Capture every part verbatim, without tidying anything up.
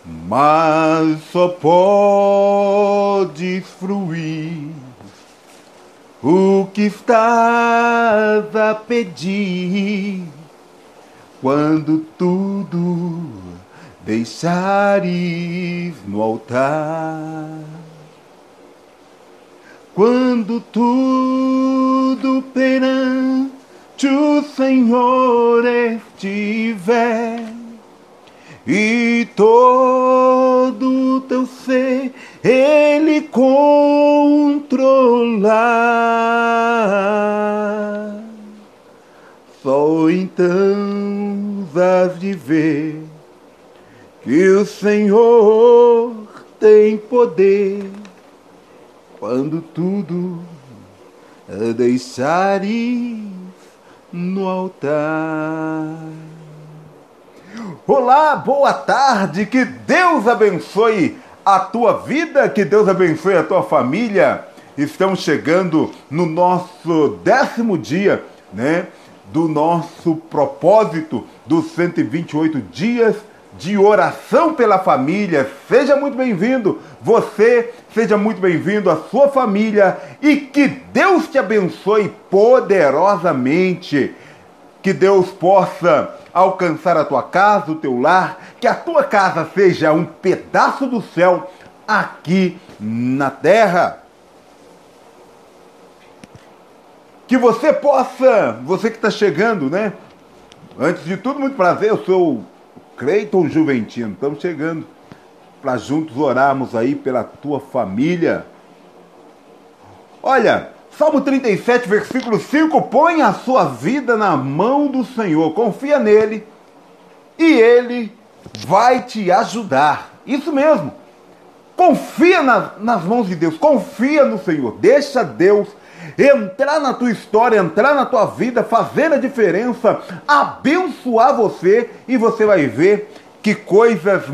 mas só podes fruir o que estás a pedir quando tudo deixares no altar. Quando tudo perante o Senhor estiver e todo o teu ser Ele controlar, só então has de ver que o Senhor tem poder quando tudo deixares no altar. Olá, boa tarde, que Deus abençoe a tua vida, que Deus abençoe a tua família. Estamos chegando no nosso décimo dia, né, do nosso propósito dos cento e vinte e oito dias de oração pela família. Seja muito bem-vindo, você, seja muito bem-vindo, a sua família, e que Deus te abençoe poderosamente. Que Deus possa alcançar a tua casa, o teu lar, que a tua casa seja um pedaço do céu aqui na terra. Que você possa, você que está chegando, né? Antes de tudo, muito prazer, eu sou o Cleiton Juventino. Estamos chegando para juntos orarmos aí pela tua família. Olha, Salmo trinta e sete, versículo cinco, põe a sua vida na mão do Senhor, confia nele e ele vai te ajudar. Isso mesmo, confia na, nas mãos de Deus, confia no Senhor, deixa Deus entrar na tua história, entrar na tua vida, fazer a diferença, abençoar você, e você vai ver que coisas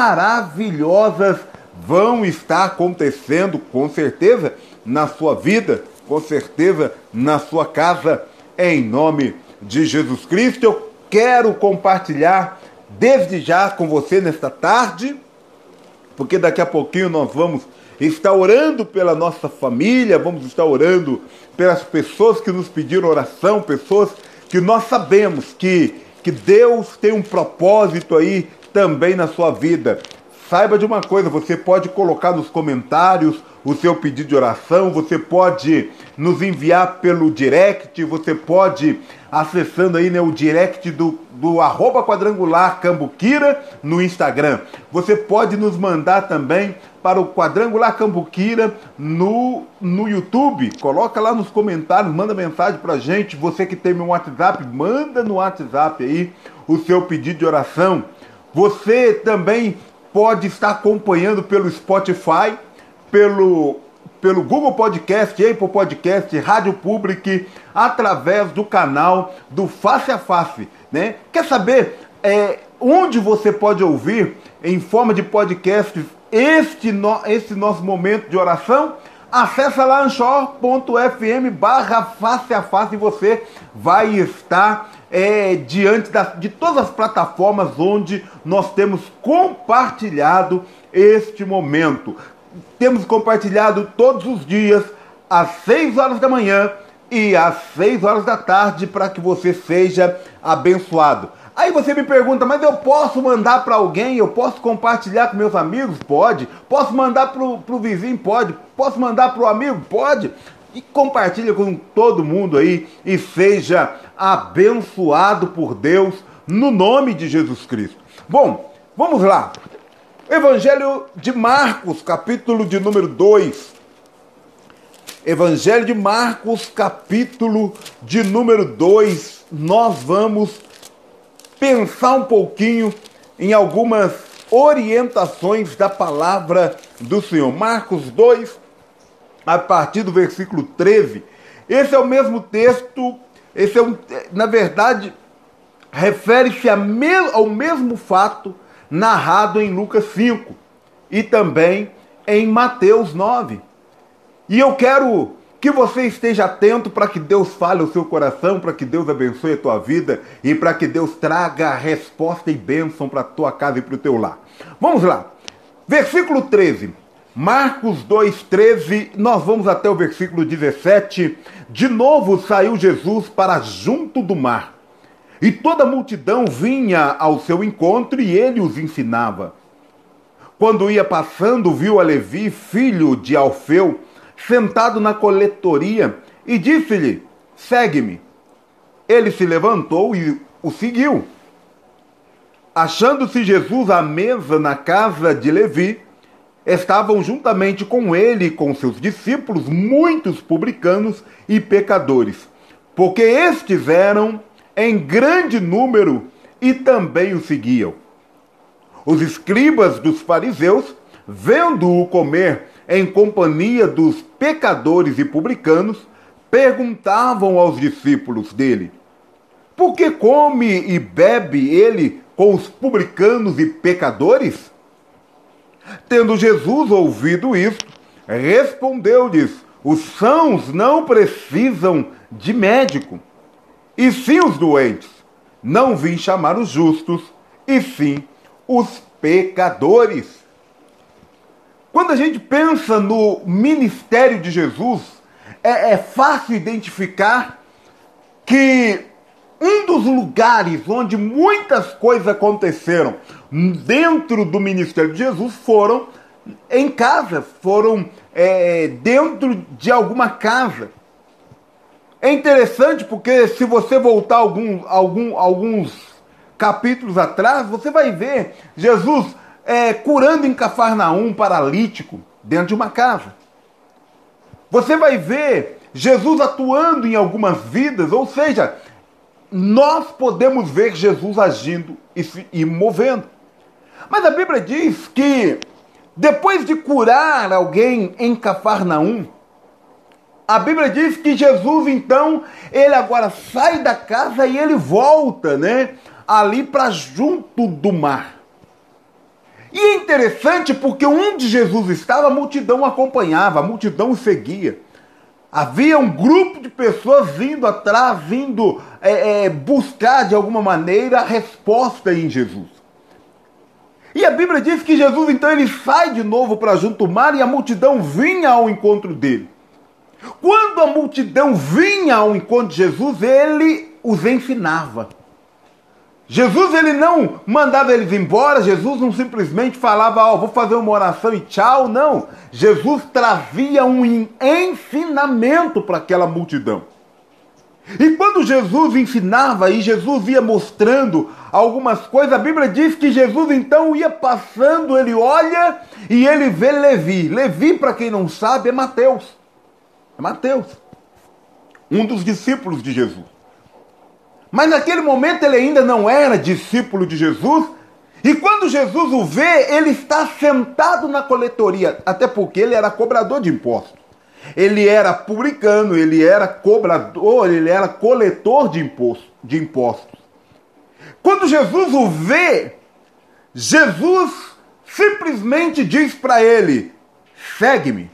maravilhosas vão estar acontecendo, com certeza, na sua vida, com certeza, na sua casa, em nome de Jesus Cristo. Eu quero compartilhar desde já com você nesta tarde, porque daqui a pouquinho nós vamos estar orando pela nossa família, vamos estar orando pelas pessoas que nos pediram oração, pessoas que nós sabemos que, que Deus tem um propósito aí também na sua vida. Saiba de uma coisa, você pode colocar nos comentários o seu pedido de oração, você pode nos enviar pelo direct, você pode acessando aí, né, o direct do, do arroba quadrangular Cambuquira no Instagram. Você pode nos mandar também para o Quadrangular Cambuquira no, no YouTube. Coloca lá nos comentários, manda mensagem pra gente. Você que tem meu WhatsApp, manda no WhatsApp aí o seu pedido de oração. Você também pode estar acompanhando pelo Spotify, pelo, pelo Google Podcast, Apple Podcast, Rádio Public, através do canal do Face a Face, né? Quer saber é, onde você pode ouvir em forma de podcast este, no, este nosso momento de oração? Acesse lá anchor.fm barra face a face e você vai estar é, diante da, de todas as plataformas onde nós temos compartilhado este momento. Temos compartilhado todos os dias às seis horas da manhã e às seis horas da tarde para que você seja abençoado. Aí você me pergunta, mas eu posso mandar para alguém? Eu posso compartilhar com meus amigos? Pode. Posso mandar para o vizinho? Pode. Posso mandar para o amigo? Pode. E compartilha com todo mundo aí e seja abençoado por Deus no nome de Jesus Cristo. Bom, vamos lá. Evangelho de Marcos, capítulo de número dois. Evangelho de Marcos, capítulo de número dois. Nós vamos pensar um pouquinho em algumas orientações da palavra do Senhor. Marcos dois, a partir do versículo treze. Esse é o mesmo texto, esse é um, na verdade, refere-se ao mesmo fato narrado em Lucas cinco e também em Mateus nove. E eu quero que você esteja atento para que Deus fale ao seu coração, para que Deus abençoe a tua vida e para que Deus traga resposta e bênção para a tua casa e para o teu lar. Vamos lá. Versículo treze. Marcos dois, treze, nós vamos até o versículo dezessete. De novo saiu Jesus para junto do mar, e toda a multidão vinha ao seu encontro e ele os ensinava. Quando ia passando, viu a Levi, filho de Alfeu, sentado na coletoria, e disse-lhe: segue-me. Ele se levantou e o seguiu. Achando-se Jesus à mesa na casa de Levi, estavam juntamente com ele e com seus discípulos muitos publicanos e pecadores, porque estes eram em grande número e também o seguiam. Os escribas dos fariseus, vendo-o comer em companhia dos pecadores e publicanos, perguntavam aos discípulos dele: por que come e bebe ele com os publicanos e pecadores? Tendo Jesus ouvido isto, respondeu-lhes: os sãos não precisam de médico, e sim os doentes. Não vim chamar os justos, e sim os pecadores. Quando a gente pensa no ministério de Jesus, é, é fácil identificar que um dos lugares onde muitas coisas aconteceram dentro do ministério de Jesus foram em casa, foram é, dentro de alguma casa. É interessante porque se você voltar algum, algum, alguns capítulos atrás, você vai ver Jesus é, curando em Cafarnaum um paralítico dentro de uma casa. Você vai ver Jesus atuando em algumas vidas, ou seja, nós podemos ver Jesus agindo e se e movendo. Mas a Bíblia diz que depois de curar alguém em Cafarnaum, a Bíblia diz que Jesus, então, ele agora sai da casa e ele volta, né, ali para junto do mar. E é interessante porque onde Jesus estava, a multidão acompanhava, a multidão o seguia. Havia um grupo de pessoas vindo atrás, vindo é, é, buscar de alguma maneira a resposta em Jesus. E a Bíblia diz que Jesus, então, ele sai de novo para junto do mar e a multidão vinha ao encontro dele. Quando a multidão vinha ao encontro de Jesus, ele os ensinava. Jesus, ele não mandava eles embora, Jesus não simplesmente falava, ó, oh, vou fazer uma oração e tchau, não. Jesus trazia um ensinamento para aquela multidão. E quando Jesus ensinava e Jesus ia mostrando algumas coisas, a Bíblia diz que Jesus então ia passando, ele olha e ele vê Levi. Levi, para quem não sabe, é Mateus. É Mateus, um dos discípulos de Jesus. Mas naquele momento ele ainda não era discípulo de Jesus. E quando Jesus o vê, ele está sentado na coletoria. Até porque ele era cobrador de impostos. Ele era publicano, ele era cobrador, ele era coletor de impostos. De impostos. Quando Jesus o vê, Jesus simplesmente diz para ele: segue-me.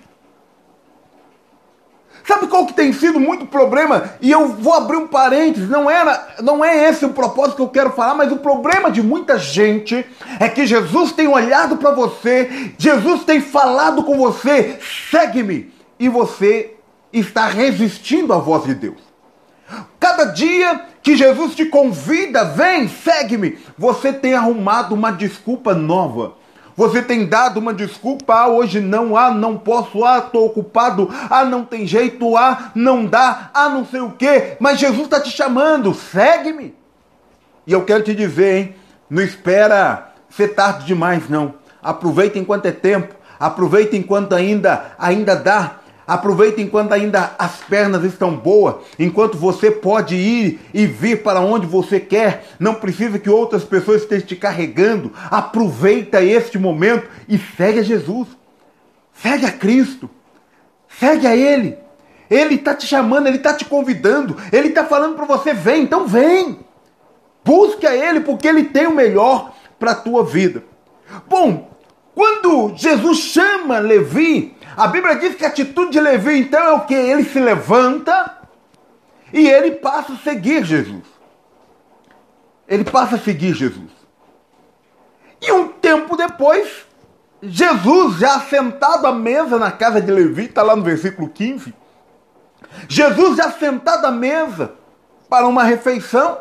Sabe qual que tem sido muito problema? E eu vou abrir um parênteses, não, era, não é esse o propósito que eu quero falar, mas o problema de muita gente é que Jesus tem olhado para você, Jesus tem falado com você, segue-me, e você está resistindo à voz de Deus. Cada dia que Jesus te convida, vem, segue-me, você tem arrumado uma desculpa nova. Você tem dado uma desculpa, ah, hoje não, ah, não posso, ah, estou ocupado, ah, não tem jeito, ah, não dá, ah, não sei o quê. Mas Jesus está te chamando, segue-me. E eu quero te dizer, hein, não espera ser tarde demais, não. Aproveita enquanto é tempo, aproveita enquanto ainda, ainda dá. Aproveita enquanto ainda as pernas estão boas, enquanto você pode ir e vir para onde você quer. Não precisa que outras pessoas estejam te carregando. Aproveita este momento e segue a Jesus. Segue a Cristo. Segue a Ele. Ele está te chamando, Ele está te convidando. Ele está falando para você, vem, então vem. Busque a Ele porque Ele tem o melhor para a tua vida. Bom, Quando Jesus chama Levi, a Bíblia diz que a atitude de Levi então é o que? Ele se levanta e ele passa a seguir Jesus. Ele passa a seguir Jesus. E um tempo depois, Jesus, já sentado à mesa na casa de Levi, está lá no versículo quinze, Jesus já sentado à mesa para uma refeição,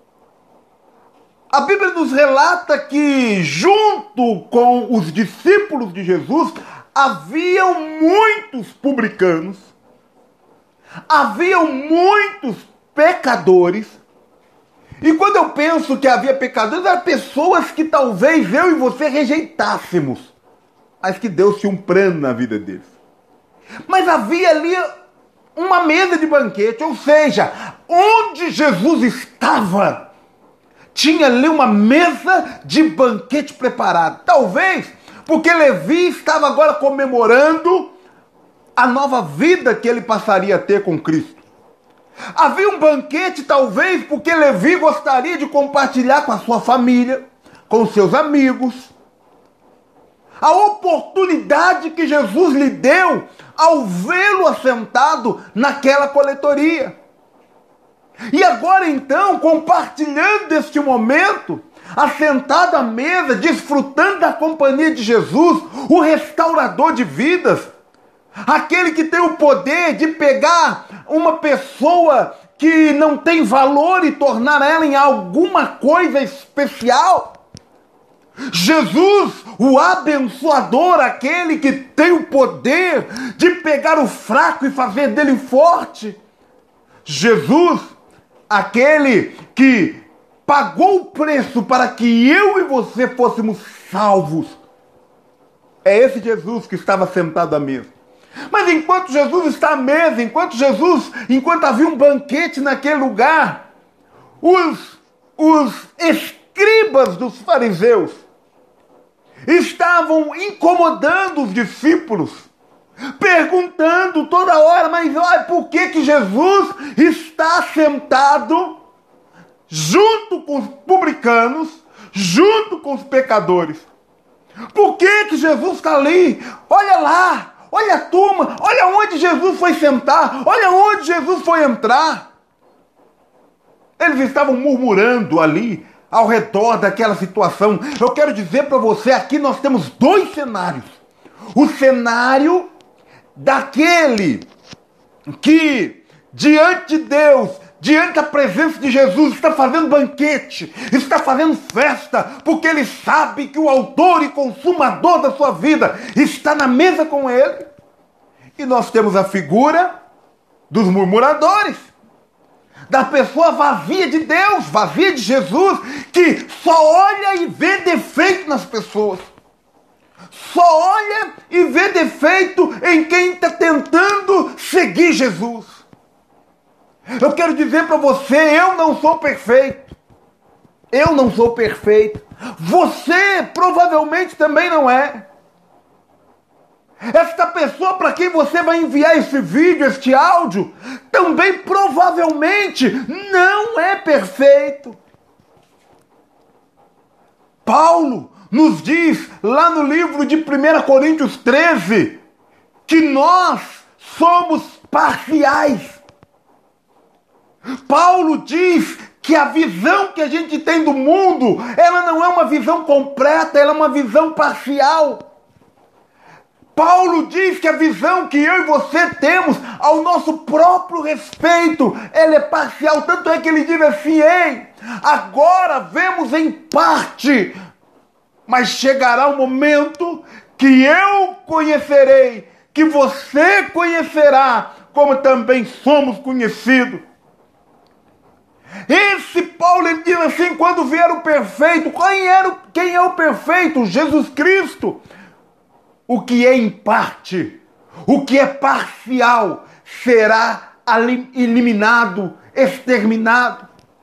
a Bíblia nos relata que junto com os discípulos de Jesus, haviam muitos publicanos, haviam muitos pecadores. E quando eu penso que havia pecadores, eram pessoas que talvez eu e você rejeitássemos, mas que Deus tinha um plano na vida deles. Mas havia ali uma mesa de banquete, ou seja, onde Jesus estava, tinha ali uma mesa de banquete preparada. Talvez porque Levi estava agora comemorando a nova vida que ele passaria a ter com Cristo. Havia um banquete, talvez, porque Levi gostaria de compartilhar com a sua família, com os seus amigos, a oportunidade que Jesus lhe deu ao vê-lo assentado naquela coletoria. E agora então, compartilhando deste momento, assentado à mesa, desfrutando da companhia de Jesus, o restaurador de vidas, aquele que tem o poder de pegar uma pessoa que não tem valor e tornar ela em alguma coisa especial. Jesus, o abençoador, aquele que tem o poder de pegar o fraco e fazer dele forte. Jesus, aquele que pagou o preço para que eu e você fôssemos salvos. É esse Jesus que estava sentado à mesa. Mas enquanto Jesus está à mesa, enquanto Jesus, enquanto havia um banquete naquele lugar, os, os escribas dos fariseus estavam incomodando os discípulos, perguntando toda hora, mas olha, por que que Jesus está sentado junto com os publicanos, junto com os pecadores? Por que que Jesus está ali? Olha lá, olha a turma, olha onde Jesus foi sentar, olha onde Jesus foi entrar. Eles estavam murmurando ali, ao redor daquela situação. Eu quero dizer para você, aqui nós temos dois cenários. O cenário daquele que, diante de Deus, diante da presença de Jesus, está fazendo banquete, está fazendo festa, porque ele sabe que o autor e consumador da sua vida está na mesa com ele. E nós temos a figura dos murmuradores, da pessoa vazia de Deus, vazia de Jesus, que só olha e vê defeito nas pessoas. Só olha e vê defeito em quem está tentando seguir Jesus. Eu quero dizer para você, eu não sou perfeito. Eu não sou perfeito. Você provavelmente também não é. Esta pessoa para quem você vai enviar esse vídeo, este áudio, também provavelmente não é perfeito. Paulo nos diz lá no livro de primeira Coríntios treze que nós somos parciais. Paulo diz que a visão que a gente tem do mundo, ela não é uma visão completa, ela é uma visão parcial. Paulo diz que a visão que eu e você temos ao nosso próprio respeito, ela é parcial. Tanto é que ele diz assim, ei, agora vemos em parte, mas chegará o momento que eu conhecerei, que você conhecerá, como também somos conhecidos. Esse Paulo, ele diz assim, quando vier o perfeito, quem, era, quem é o perfeito? Jesus Cristo. O que é em parte, o que é parcial, será eliminado, exterminado.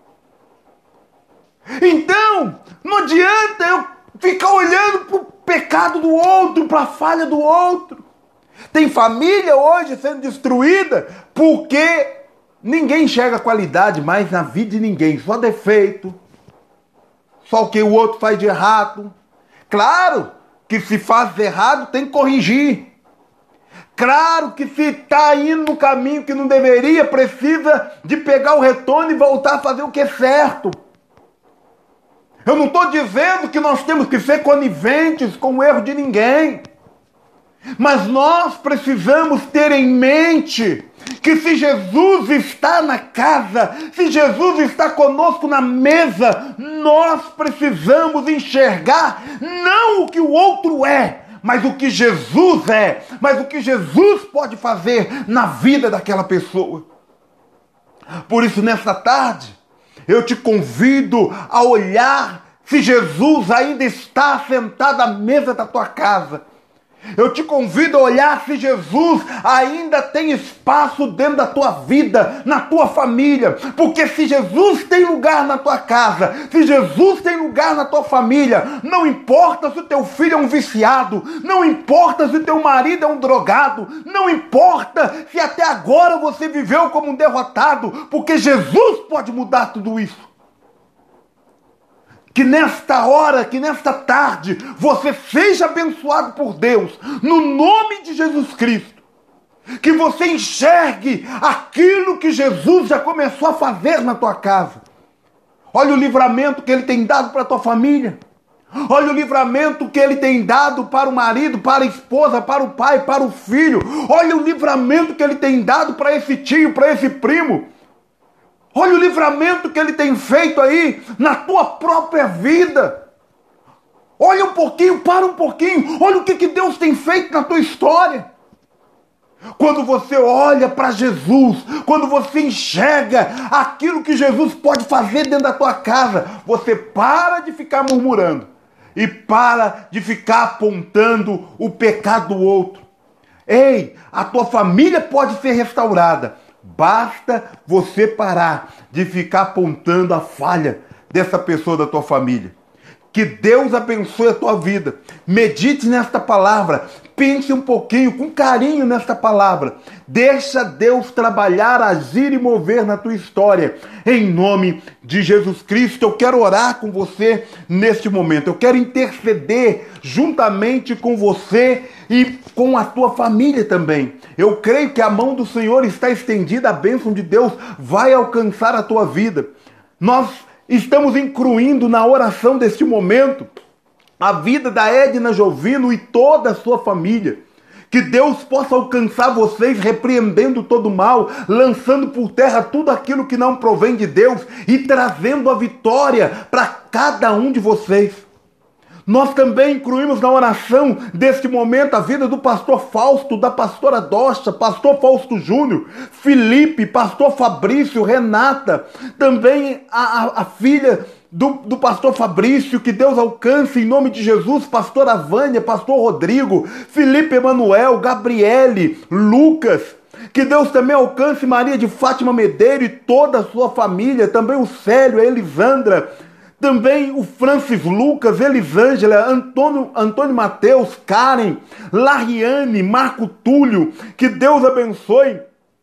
Então, não adianta eu ficar olhando para o pecado do outro, para a falha do outro. Tem família hoje sendo destruída porque ninguém enxerga qualidade mais na vida de ninguém, só defeito, só o que o outro faz de errado. Claro que se faz errado tem que corrigir. Claro que se está indo no caminho que não deveria, precisa de pegar o retorno e voltar a fazer o que é certo. Eu não estou dizendo que nós temos que ser coniventes com o erro de ninguém. Mas nós precisamos ter em mente que se Jesus está na casa, se Jesus está conosco na mesa, nós precisamos enxergar não o que o outro é, mas o que Jesus é, mas o que Jesus pode fazer na vida daquela pessoa. Por isso, nessa tarde, eu te convido a olhar se Jesus ainda está sentado à mesa da tua casa. Eu te convido a olhar se Jesus ainda tem espaço dentro da tua vida, na tua família. Porque se Jesus tem lugar na tua casa, se Jesus tem lugar na tua família, não importa se o teu filho é um viciado, não importa se o teu marido é um drogado, não importa se até agora você viveu como um derrotado, porque Jesus pode mudar tudo isso. Que nesta hora, que nesta tarde, você seja abençoado por Deus, no nome de Jesus Cristo. Que você enxergue aquilo que Jesus já começou a fazer na tua casa. Olha o livramento que Ele tem dado para a tua família. Olha o livramento que Ele tem dado para o marido, para a esposa, para o pai, para o filho. Olha o livramento que Ele tem dado para esse tio, para esse primo. Olha o livramento que Ele tem feito aí na tua própria vida. Olha um pouquinho, para um pouquinho. Olha o que, que Deus tem feito na tua história. Quando você olha para Jesus, quando você enxerga aquilo que Jesus pode fazer dentro da tua casa, você para de ficar murmurando e para de ficar apontando o pecado do outro. Ei, a tua família pode ser restaurada. Basta você parar de ficar apontando a falha dessa pessoa da tua família. Que Deus abençoe a tua vida. Medite nesta palavra. Pense um pouquinho, com carinho nesta palavra. Deixa Deus trabalhar, agir e mover na tua história. Em nome de Jesus Cristo, eu quero orar com você neste momento. Eu quero interceder juntamente com você e com a tua família também. Eu creio que a mão do Senhor está estendida, a bênção de Deus vai alcançar a tua vida. Nós estamos incluindo na oração deste momento a vida da Edna Jovino e toda a sua família. Que Deus possa alcançar vocês repreendendo todo o mal, lançando por terra tudo aquilo que não provém de Deus e trazendo a vitória para cada um de vocês. Nós também incluímos na oração deste momento a vida do pastor Fausto, da pastora Docha, pastor Fausto Júnior, Felipe, pastor Fabrício, Renata, também a, a, a filha do, do pastor Fabrício, que Deus alcance em nome de Jesus, pastora Vânia, pastor Rodrigo, Felipe Emanuel, Gabriele, Lucas. Que Deus também alcance Maria de Fátima Medeiro e toda a sua família, também o Célio, a Elisandra, também o Francis Lucas, Elisângela, Antônio, Antônio Mateus, Karen, Lariane, Marco Túlio. Que Deus abençoe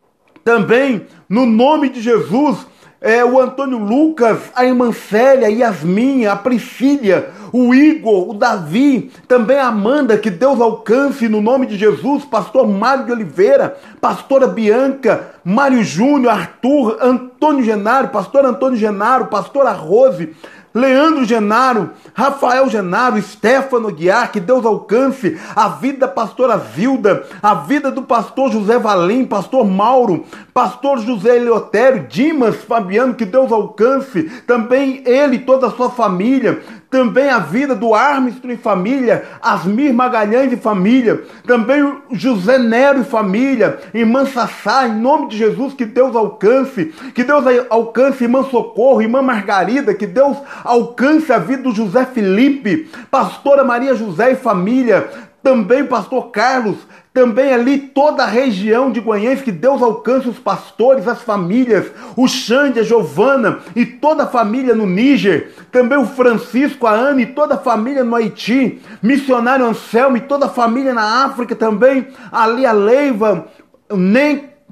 também, no nome de Jesus, é, o Antônio Lucas, a irmã Célia, a Yasmin, a Priscília, o Igor, o Davi, também a Amanda. Que Deus alcance no nome de Jesus, pastor Mário de Oliveira, pastora Bianca, Mário Júnior, Arthur, Antônio Genaro, pastor Antônio Genaro, pastora Rose, Leandro Genaro, Rafael Genaro, Stefano Guiar. Que Deus alcance a vida da pastora Zilda, a vida do pastor José Valim, pastor Mauro, pastor José Eleutério, Dimas Fabiano. Que Deus alcance também ele e toda a sua família. Também a vida do Armstrong e família, Asmir Magalhães e família, também o José Nero e família, irmã Sassá, em nome de Jesus, que Deus alcance, que Deus alcance irmã Socorro, irmã Margarida, que Deus alcance a vida do José Felipe, pastora Maria José e família, também pastor Carlos, também ali toda a região de Guanhães. Que Deus alcance os pastores, as famílias, o Xande, a Giovana e toda a família no Níger, também o Francisco, a Ana e toda a família no Haiti, missionário Anselmo e toda a família na África também, ali a Leiva, nem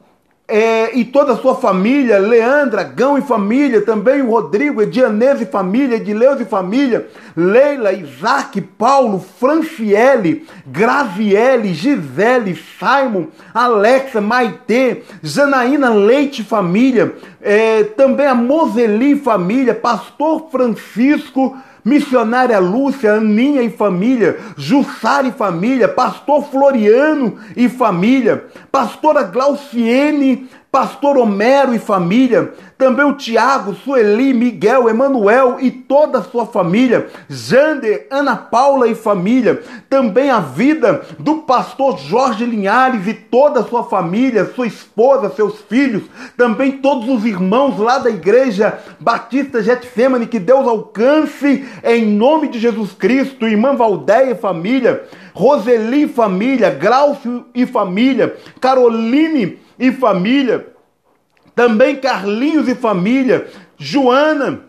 É, e toda a sua família, Leandra, Gão e família, também o Rodrigo, Edianese e família, Edileus e família, Leila, Isaac, Paulo, Franciele, Graziele, Gisele, Simon, Alexa, Maitê, Janaína Leite e família, é, também a Moseli e família, Pastor Francisco, Missionária Lúcia, Aninha e família, Jussara e família, Pastor Floriano e família, Pastora Glauciene, Pastor Homero e família, também o Tiago, Sueli, Miguel, Emanuel e toda a sua família, Jander, Ana Paula e família, também a vida do pastor Jorge Linhares e toda a sua família, sua esposa, seus filhos, também todos os irmãos lá da Igreja Batista Getsemane, que Deus alcance em nome de Jesus Cristo, irmã Valdeia e família, Roseli e família, Glaucio e família, Caroline e família, também Carlinhos e família, Joana,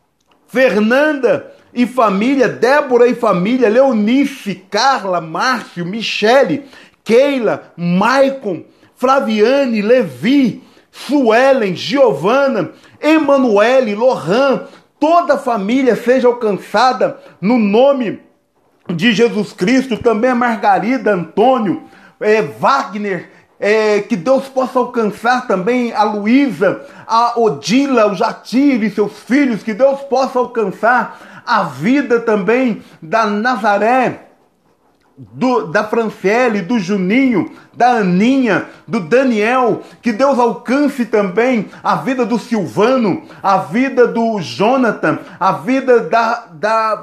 Fernanda e família, Débora e família, Leonice, Carla, Márcio, Michele, Keila, Maicon, Flaviane, Levi, Suelen, Giovana, Emanuele, Lohan, toda a família seja alcançada no nome de Jesus Cristo, também a Margarida, Antônio, é, Wagner, É, que Deus possa alcançar também a Luísa, a Odila, o Jatir e seus filhos, que Deus possa alcançar a vida também da Nazaré, do, da Franciele, do Juninho, da Aninha, do Daniel, que Deus alcance também a vida do Silvano, a vida do Jonathan, a vida da... da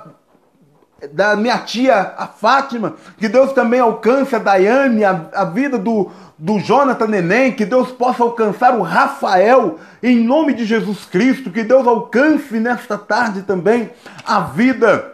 da minha tia, a Fátima, que Deus também alcance a Daiane, a, a vida do, do Jonathan Neném, que Deus possa alcançar o Rafael, em nome de Jesus Cristo, que Deus alcance nesta tarde também a vida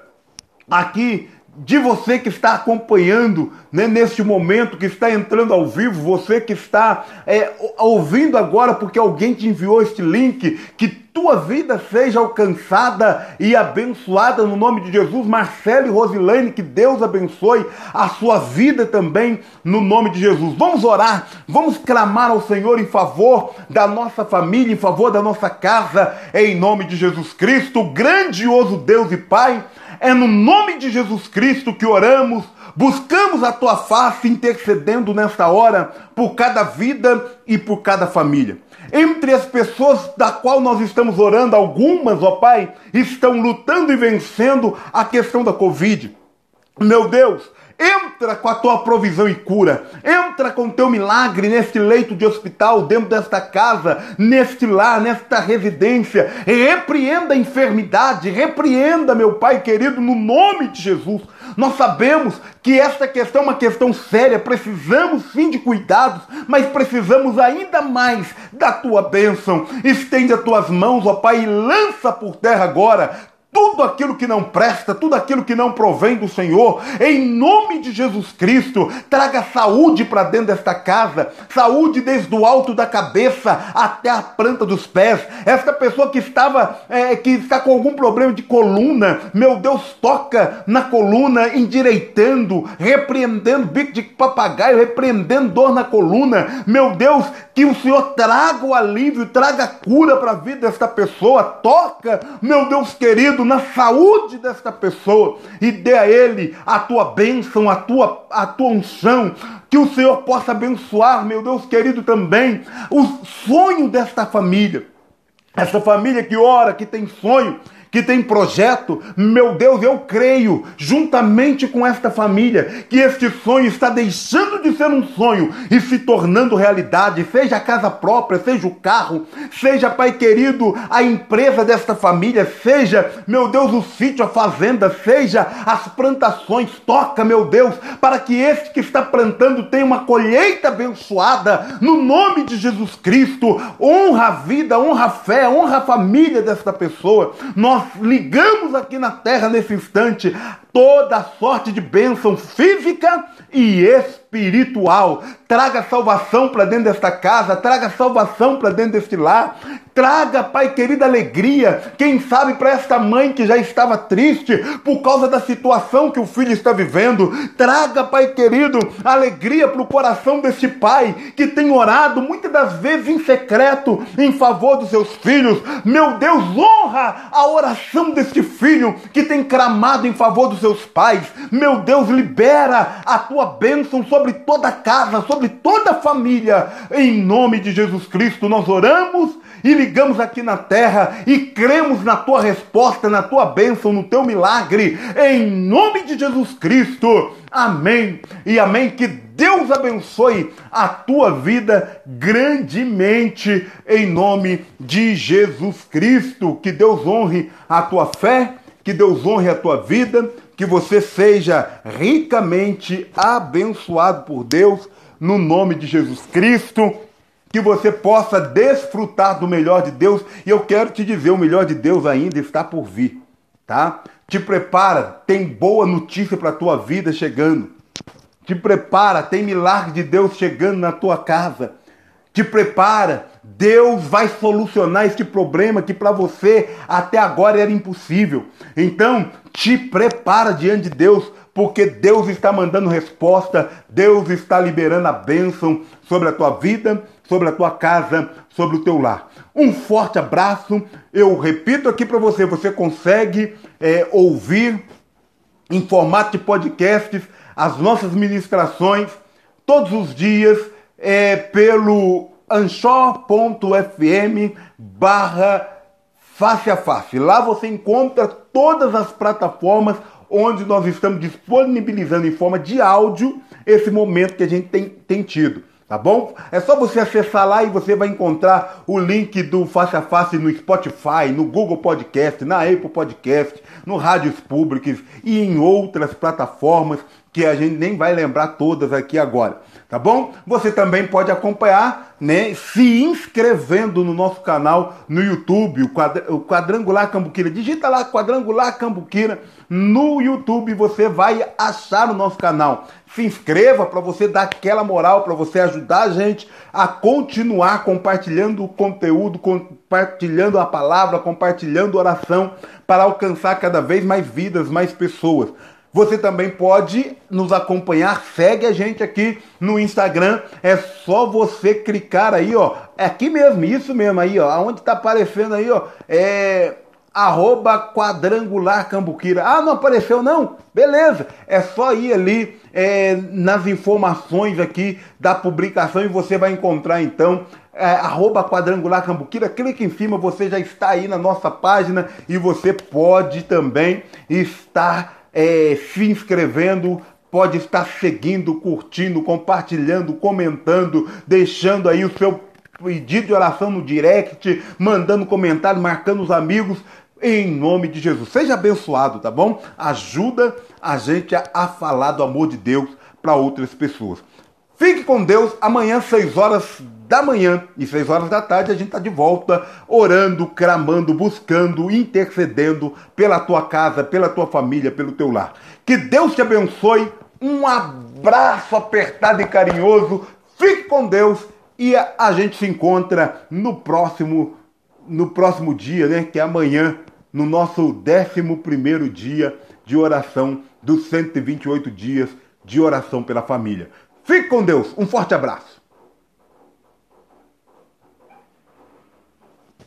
aqui de você que está acompanhando, né, neste momento, que está entrando ao vivo, você que está é, ouvindo agora porque alguém te enviou este link, que tua vida seja alcançada e abençoada no nome de Jesus. Marcelo e Rosilane, que Deus abençoe a sua vida também no nome de Jesus. Vamos orar, vamos clamar ao Senhor em favor da nossa família, em favor da nossa casa, em nome de Jesus Cristo, o grandioso Deus e Pai. É no nome de Jesus Cristo que oramos, buscamos a tua face, intercedendo nesta hora por cada vida e por cada família. Entre as pessoas da qual nós estamos orando, algumas, ó Pai, estão lutando e vencendo a questão da Covid. Meu Deus, entra com a tua provisão e cura, entra com o teu milagre neste leito de hospital, dentro desta casa, neste lar, nesta residência, repreenda a enfermidade, repreenda, meu Pai querido, no nome de Jesus. Nós sabemos que esta questão é uma questão séria, precisamos sim de cuidados, mas precisamos ainda mais da tua bênção. Estende as tuas mãos, ó Pai, e lança por terra agora tudo aquilo que não presta, tudo aquilo que não provém do Senhor, em nome de Jesus Cristo. Traga saúde para dentro desta casa, saúde desde o alto da cabeça até a planta dos pés. Esta pessoa que estava, é, que está com algum problema de coluna, meu Deus, toca na coluna, endireitando, repreendendo bico de papagaio, repreendendo dor na coluna. Meu Deus, que o Senhor traga o alívio, traga a cura para a vida desta pessoa. Toca, meu Deus querido, na saúde desta pessoa e dê a ele a tua bênção, a tua, a tua unção, que o Senhor possa abençoar, meu Deus querido, também o sonho desta família, essa família que ora, que tem sonho, que tem projeto. Meu Deus, eu creio, juntamente com esta família, que este sonho está deixando de ser um sonho e se tornando realidade, seja a casa própria, seja o carro, seja, Pai querido, a empresa desta família, seja, meu Deus, o sítio, a fazenda, seja as plantações. Toca, meu Deus, para que este que está plantando tenha uma colheita abençoada, no nome de Jesus Cristo. Honra a vida, honra a fé, honra a família desta pessoa. Nós ligamos aqui na terra nesse instante toda sorte de bênção física e espiritual. Traga salvação para dentro desta casa, traga salvação para dentro deste lar. Traga, Pai querido, alegria, quem sabe para esta mãe que já estava triste por causa da situação que o filho está vivendo. Traga, Pai querido, alegria para o coração deste pai que tem orado muitas das vezes em secreto em favor dos seus filhos. Meu Deus, honra a oração deste filho que tem clamado em favor dos seus pais. Meu Deus, libera a tua bênção sobre toda a casa, sobre toda a família. Em nome de Jesus Cristo nós oramos e ligamos aqui na terra e cremos na tua resposta, na tua bênção, no teu milagre, em nome de Jesus Cristo. Amém e amém. Que Deus abençoe a tua vida grandemente, em nome de Jesus Cristo. Que Deus honre a tua fé, que Deus honre a tua vida, que você seja ricamente abençoado por Deus, no nome de Jesus Cristo. Que você possa desfrutar do melhor de Deus. E eu quero te dizer, o melhor de Deus ainda está por vir, tá? Te prepara, tem boa notícia para a tua vida chegando. Te prepara, tem milagre de Deus chegando na tua casa. Te prepara, Deus vai solucionar este problema que para você até agora era impossível. Então, te prepara diante de Deus, porque Deus está mandando resposta, Deus está liberando a bênção sobre a tua vida, sobre a tua casa, sobre o teu lar. Um forte abraço. Eu repito aqui para você, você consegue é, ouvir em formato de podcasts as nossas ministrações todos os dias é, pelo anchor.fm barra face a face. Lá você encontra todas as plataformas onde nós estamos disponibilizando em forma de áudio esse momento que a gente tem, tem tido, tá bom? É só você acessar lá e você vai encontrar o link do Face a Face no Spotify, no Google Podcast, na Apple Podcast, no Rádios Públicas e em outras plataformas que a gente nem vai lembrar todas aqui agora, tá bom? Você também pode acompanhar, né, se inscrevendo no nosso canal no YouTube, o, Quadr- o Quadrangular Cambuquira. Digita lá Quadrangular Cambuquira no YouTube, você vai achar o nosso canal. Se inscreva para você dar aquela moral, para você ajudar a gente a continuar compartilhando o conteúdo, compartilhando a palavra, compartilhando oração para alcançar cada vez mais vidas, mais pessoas. Você também pode nos acompanhar, segue a gente aqui no Instagram, é só você clicar aí, ó, é aqui mesmo, isso mesmo aí, ó, aonde tá aparecendo aí, ó, é arroba Quadrangular Cambuquira. Ah, não apareceu não? Beleza, é só ir ali é, nas informações aqui da publicação e você vai encontrar então é, arroba Quadrangular Cambuquira, clica em cima, você já está aí na nossa página e você pode também estar É, se inscrevendo, pode estar seguindo, curtindo, compartilhando, comentando, deixando aí o seu pedido de oração no direct, mandando comentário, marcando os amigos, em nome de Jesus. Seja abençoado, tá bom? Ajuda a gente a, a falar do amor de Deus para outras pessoas. Fique com Deus. Amanhã, seis horas da manhã e seis horas da tarde, a gente está de volta, orando, clamando, buscando, intercedendo pela tua casa, pela tua família, pelo teu lar. Que Deus te abençoe. Um abraço apertado e carinhoso. Fique com Deus e a, a gente se encontra no próximo, no próximo dia, né? Que é amanhã, no nosso décimo primeiro dia de oração dos cento e vinte e oito dias de oração pela família. Fique com Deus. Um forte abraço.